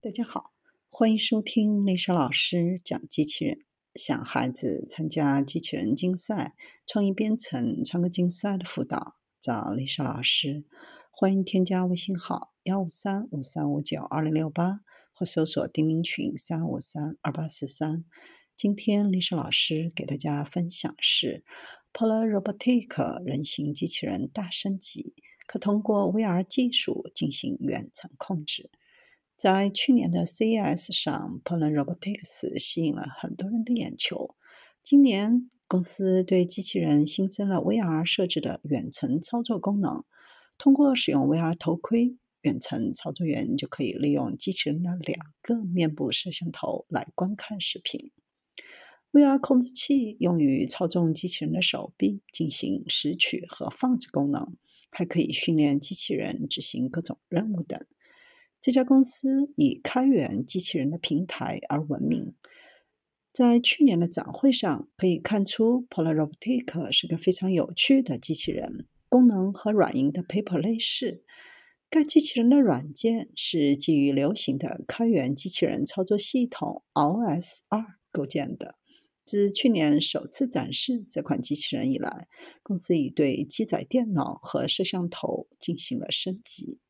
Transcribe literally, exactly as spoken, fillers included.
大家好，欢迎收听丽莎老师讲机器人。想孩子参加机器人竞赛、创意编程、创客竞赛的辅导，找丽莎老师。欢迎添加微信号幺五三五三五九二零六八，或搜索钉钉群三五三二八四三。今天丽莎老师给大家分享是 Polar Robotic 人形机器人大升级，可通过 V R 技术进行远程控制。在去年的 C E S 上 Polar Robotics 吸引了很多人的眼球。今年公司对机器人新增了 V R 设置的远程操作功能，通过使用 V R 头盔，远程操作员就可以利用机器人的两个面部摄像头来观看视频。V R 控制器用于操纵机器人的手臂，进行拾取和放置功能，还可以训练机器人执行各种任务等。这家公司以开源机器人的平台而闻名。在去年的展会上可以看出 Polar Robotic 是个非常有趣的机器人，功能和软银的 Paper 类似。该机器人的软件是基于流行的开源机器人操作系统 O S 二 构建的。自去年首次展示这款机器人以来，公司已对机载电脑和摄像头进行了升级。